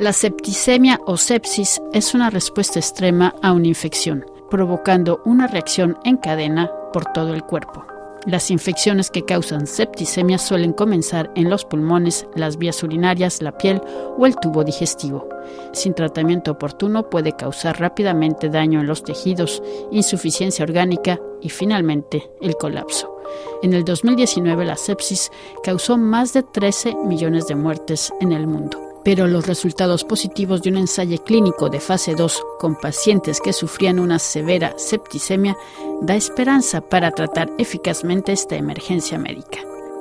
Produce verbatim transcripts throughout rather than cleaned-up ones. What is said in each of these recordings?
La septicemia o sepsis es una respuesta extrema a una infección, provocando una reacción en cadena por todo el cuerpo. Las infecciones que causan septicemia suelen comenzar en los pulmones, las vías urinarias, la piel o el tubo digestivo. Sin tratamiento oportuno puede causar rápidamente daño en los tejidos, insuficiencia orgánica y finalmente el colapso. En el dos mil diecinueve la sepsis causó más de trece millones de muertes en el mundo. Pero los resultados positivos de un ensayo clínico de fase dos con pacientes que sufrían una severa septicemia da esperanza para tratar eficazmente esta emergencia médica.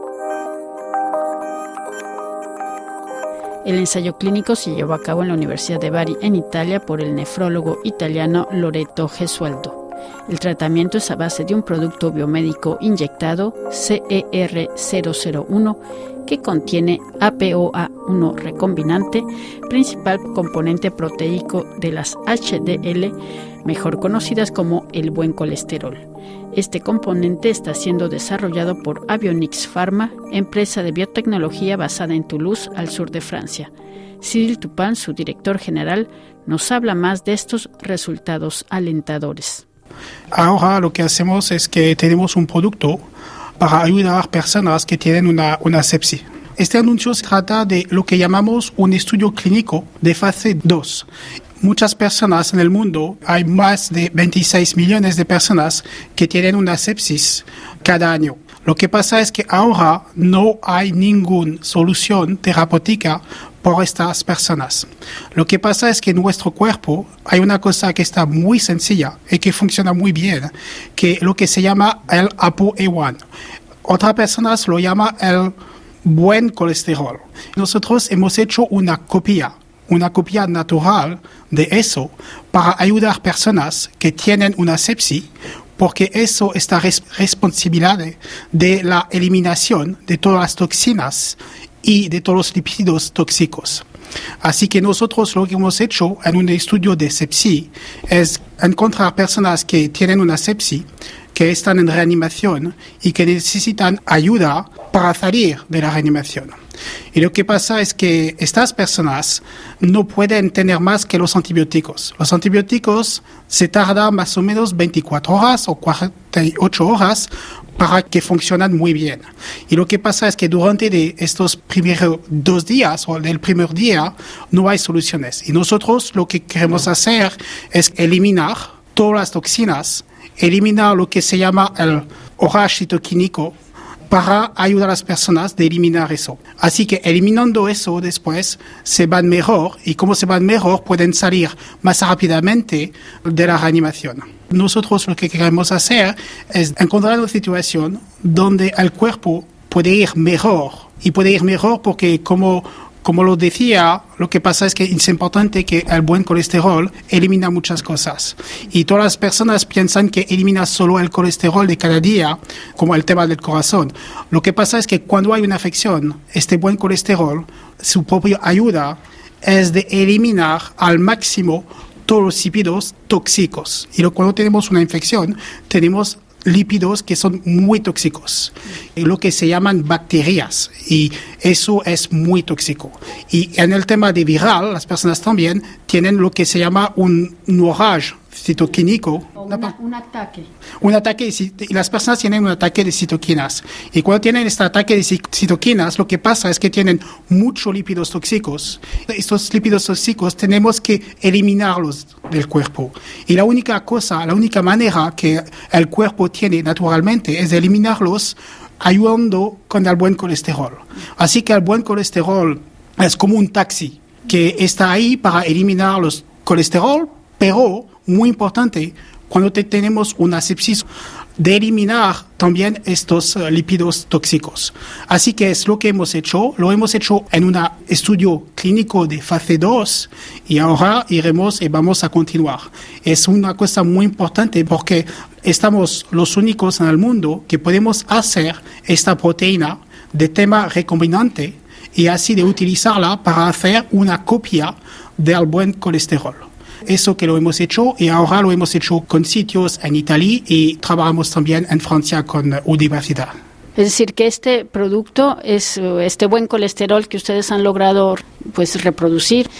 El ensayo clínico se llevó a cabo en la Universidad de Bari, en Italia, por el nefrólogo italiano Loreto Gesualdo. El tratamiento es a base de un producto biomédico inyectado, C E R cero cero uno, que contiene A P O A uno recombinante, principal componente proteico de las H D L, mejor conocidas como el buen colesterol. Este componente está siendo desarrollado por Avionics Pharma, empresa de biotecnología basada en Toulouse, al sur de Francia. Cyril Tupin, su director general, nos habla más de estos resultados alentadores. Ahora lo que hacemos es que tenemos un producto para ayudar a personas que tienen una, una sepsis. Este anuncio se trata de lo que llamamos un estudio clínico de fase dos. Muchas personas en el mundo, hay más de veintiséis millones de personas que tienen una sepsis cada año. Lo que pasa es que ahora no hay ninguna solución terapéutica por estas personas. Lo que pasa es que en nuestro cuerpo hay una cosa que está muy sencilla y que funciona muy bien, que es lo que se llama el A P O A uno. Otras personas lo llaman el buen colesterol. Nosotros hemos hecho una copia, una copia natural de eso para ayudar a personas que tienen una sepsis, porque eso está res- responsable de la eliminación de todas las toxinas y de todos los lípidos tóxicos. Así que nosotros lo que hemos hecho en un estudio de sepsis es encontrar personas que tienen una sepsis, que están en reanimación y que necesitan ayuda para salir de la reanimación. Y lo que pasa es que estas personas no pueden tener más que los antibióticos. Los antibióticos se tardan más o menos veinticuatro horas o cuarenta y ocho horas para que funcionen muy bien. Y lo que pasa es que durante de estos primeros dos días o del primer día no hay soluciones. Y nosotros lo que queremos hacer es eliminar todas las toxinas, eliminar lo que se llama el orage citoquímico para ayudar a las personas a eliminar eso. Así que eliminando eso después se van mejor y como se van mejor pueden salir más rápidamente de la reanimación. Nosotros lo que queremos hacer es encontrar una situación donde el cuerpo puede ir mejor y puede ir mejor porque como Como lo decía, lo que pasa es que es importante que el buen colesterol elimina muchas cosas. Y todas las personas piensan que elimina solo el colesterol de cada día, como el tema del corazón. Lo que pasa es que cuando hay una afección, este buen colesterol, su propia ayuda es de eliminar al máximo todos los lípidos tóxicos. Y cuando tenemos una infección, tenemos lípidos que son muy tóxicos, lo que se llaman bacterias, y eso es muy tóxico. Y en el tema de viral, las personas también tienen lo que se llama un, un orage citoquímico. Una, un ataque. Un ataque, y las personas tienen un ataque de citoquinas. Y cuando tienen este ataque de citoquinas, lo que pasa es que tienen muchos lípidos tóxicos. Estos lípidos tóxicos tenemos que eliminarlos del cuerpo. Y la única cosa, la única manera que el cuerpo tiene naturalmente es de eliminarlos ayudando con el buen colesterol. Así que el buen colesterol es como un taxi que está ahí para eliminar los colesterol, pero muy importante, cuando te tenemos una sepsis, de eliminar también estos uh, lípidos tóxicos. Así que es lo que hemos hecho. Lo hemos hecho en un estudio clínico de fase dos y ahora iremos y vamos a continuar. Es una cosa muy importante porque estamos los únicos en el mundo que podemos hacer esta proteína de tema recombinante y así de utilizarla para hacer una copia del buen colesterol. Eso que lo hemos hecho y ahora lo hemos hecho con sitios en Italia y trabajamos también en Francia con universidad. Es decir, que este producto, es este buen colesterol que ustedes han logrado pues reproducir,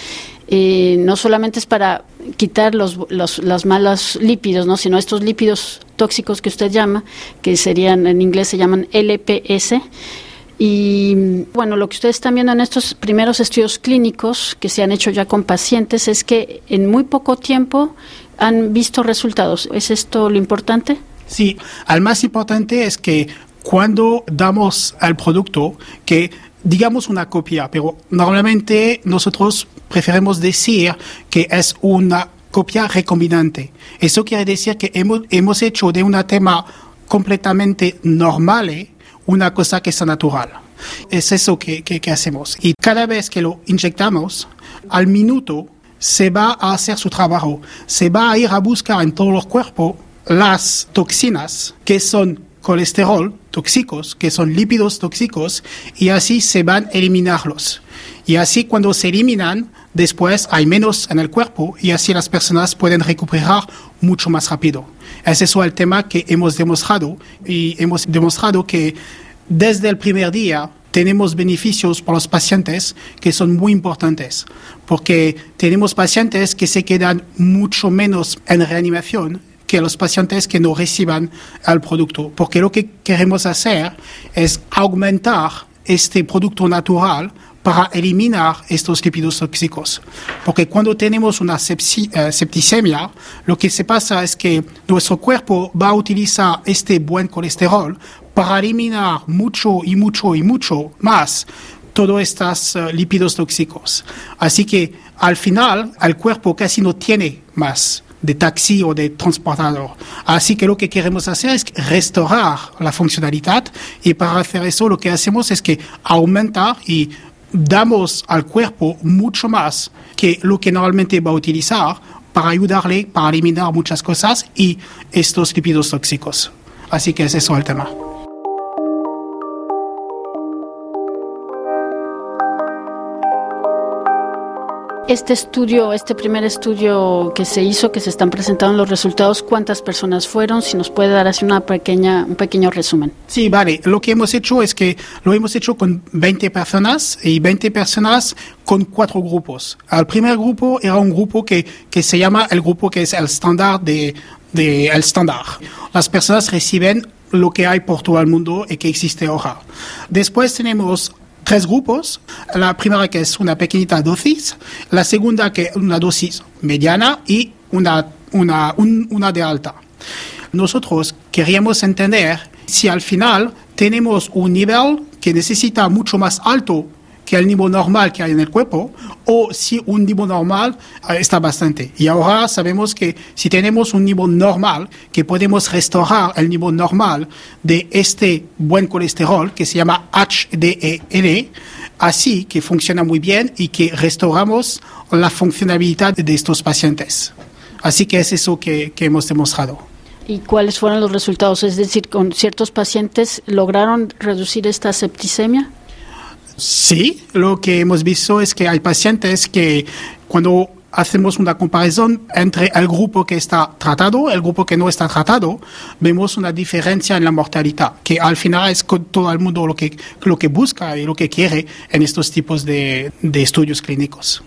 eh, no solamente es para quitar los, los, los malos lípidos, ¿no? Sino estos lípidos tóxicos que usted llama, que serían, en inglés se llaman L P S. Y bueno, lo que ustedes están viendo en estos primeros estudios clínicos que se han hecho ya con pacientes es que en muy poco tiempo han visto resultados. ¿Es esto lo importante? Sí, el más importante es que cuando damos al producto, que digamos una copia, pero normalmente nosotros preferimos decir que es una copia recombinante. Eso quiere decir que hemos, hemos hecho de un tema completamente normal una cosa que es natural. Es eso que, que, que hacemos. Y cada vez que lo inyectamos, al minuto se va a hacer su trabajo. Se va a ir a buscar en todo el cuerpo las toxinas que son colesterol tóxicos, que son lípidos tóxicos, y así se van a eliminarlos. Y así cuando se eliminan, después hay menos en el cuerpo y así las personas pueden recuperar mucho más rápido. Es eso el tema que hemos demostrado y hemos demostrado que desde el primer día tenemos beneficios para los pacientes que son muy importantes, porque tenemos pacientes que se quedan mucho menos en reanimación que los pacientes que no reciban el producto, porque lo que queremos hacer es aumentar este producto natural para eliminar estos lípidos tóxicos. Porque cuando tenemos una sepsi, uh, septicemia, lo que se pasa es que nuestro cuerpo va a utilizar este buen colesterol para eliminar mucho y mucho y mucho más todos estos uh, lípidos tóxicos. Así que al final el cuerpo casi no tiene más de taxi o de transportador. Así que lo que queremos hacer es restaurar la funcionalidad y para hacer eso lo que hacemos es que aumentar y damos al cuerpo mucho más que lo que normalmente va a utilizar para ayudarle, para eliminar muchas cosas y estos lípidos tóxicos. Así que es eso el tema. Este estudio, este primer estudio que se hizo, que se están presentando los resultados, ¿cuántas personas fueron? Si nos puede dar así una pequeña, un pequeño resumen. Sí, vale. Lo que hemos hecho es que lo hemos hecho con veinte personas y veinte personas con cuatro grupos. El primer grupo era un grupo que, que se llama el grupo que es el estándar de, de el estándar. Las personas reciben lo que hay por todo el mundo y que existe ahora. Después tenemos tres grupos. La primera que es una pequeñita dosis, la segunda que es una dosis mediana y una, una, un, una de alta. Nosotros queríamos entender si al final tenemos un nivel que necesita mucho más alto que el nivel normal que hay en el cuerpo, o si un nivel normal está bastante. Y ahora sabemos que si tenemos un nivel normal, que podemos restaurar el nivel normal de este buen colesterol, que se llama H D E L, así que funciona muy bien y que restauramos la funcionalidad de estos pacientes. Así que es eso que, que hemos demostrado. ¿Y cuáles fueron los resultados? Es decir, ¿con ciertos pacientes lograron reducir esta septicemia? Sí, lo que hemos visto es que hay pacientes que cuando hacemos una comparación entre el grupo que está tratado y el grupo que no está tratado, vemos una diferencia en la mortalidad, que al final es con todo el mundo lo que, lo que busca y lo que quiere en estos tipos de, de estudios clínicos.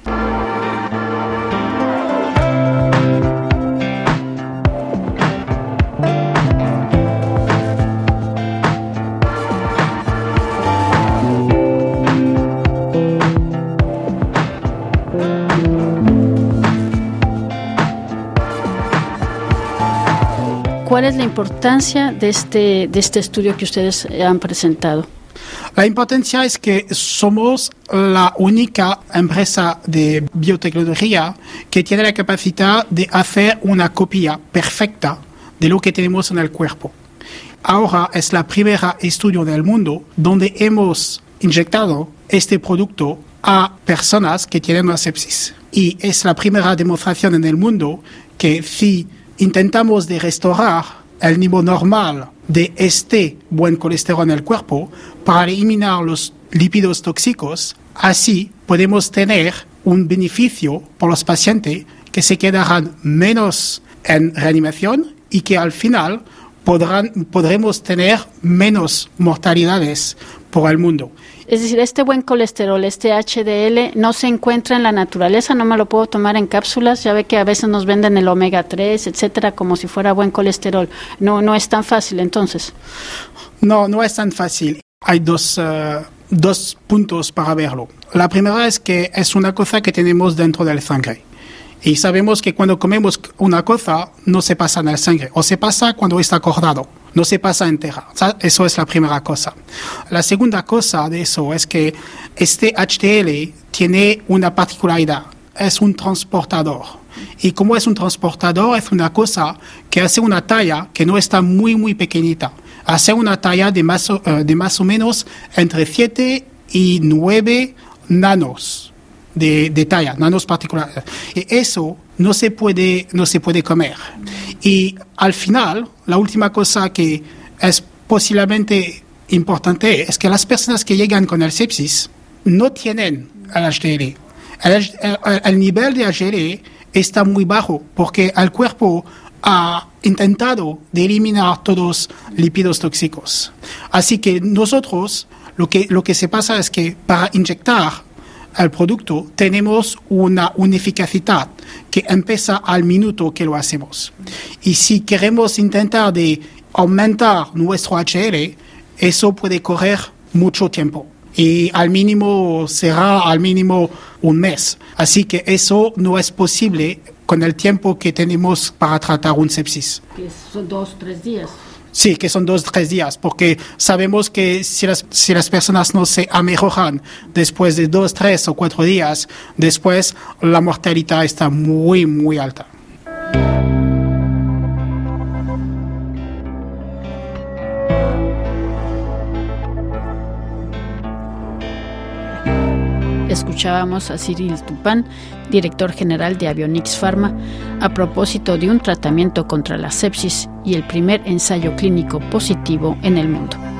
¿Cuál es la importancia de este, de este estudio que ustedes han presentado? La importancia es que somos la única empresa de biotecnología que tiene la capacidad de hacer una copia perfecta de lo que tenemos en el cuerpo. Ahora es la primera estudio del mundo donde hemos inyectado este producto a personas que tienen una sepsis. Y es la primera demostración en el mundo que si intentamos de restaurar el nivel normal de este buen colesterol en el cuerpo para eliminar los lípidos tóxicos, así podemos tener un beneficio por los pacientes que se quedarán menos en reanimación y que al final podrán, podremos tener menos mortalidades por el mundo. Es decir, este buen colesterol, este H D L, no se encuentra en la naturaleza, no me lo puedo tomar en cápsulas. Ya ve que a veces nos venden el omega tres, etcétera, como si fuera buen colesterol. No, no es tan fácil, entonces. No, no es tan fácil. Hay dos, uh, dos puntos para verlo. La primera es que es una cosa que tenemos dentro del sangre. Y sabemos que cuando comemos una cosa, no se pasa en el sangre, o se pasa cuando está acordado, no se pasa entera. Eso es la primera cosa. La segunda cosa de eso es que este H D L tiene una particularidad, es un transportador. Y como es un transportador, es una cosa que hace una talla que no está muy, muy pequeñita. Hace una talla de más, de más o menos entre siete y nueve nanos. De, de talla, nanos particulares. Y eso no se puede, no se puede comer. Y al final, la última cosa que es posiblemente importante es que las personas que llegan con el sepsis no tienen el H D L. El, el, el nivel de H D L está muy bajo porque el cuerpo ha intentado de eliminar todos los lípidos tóxicos. Así que nosotros, lo que, lo que se pasa es que para inyectar el producto tenemos una, una eficacidad que empieza al minuto que lo hacemos. Y si queremos intentar de aumentar nuestro H D L, eso puede correr mucho tiempo. Y al mínimo será al mínimo un mes. Así que eso no es posible con el tiempo que tenemos para tratar un sepsis. Que son dos, tres días. Sí, que son dos, tres días, porque sabemos que si las, si las personas no se amejoran después de dos, tres o cuatro días, después la mortalidad está muy, muy alta. Escuchábamos a Cyril Tupin, director general de Avionics Pharma, a propósito de un tratamiento contra la sepsis y el primer ensayo clínico positivo en el mundo.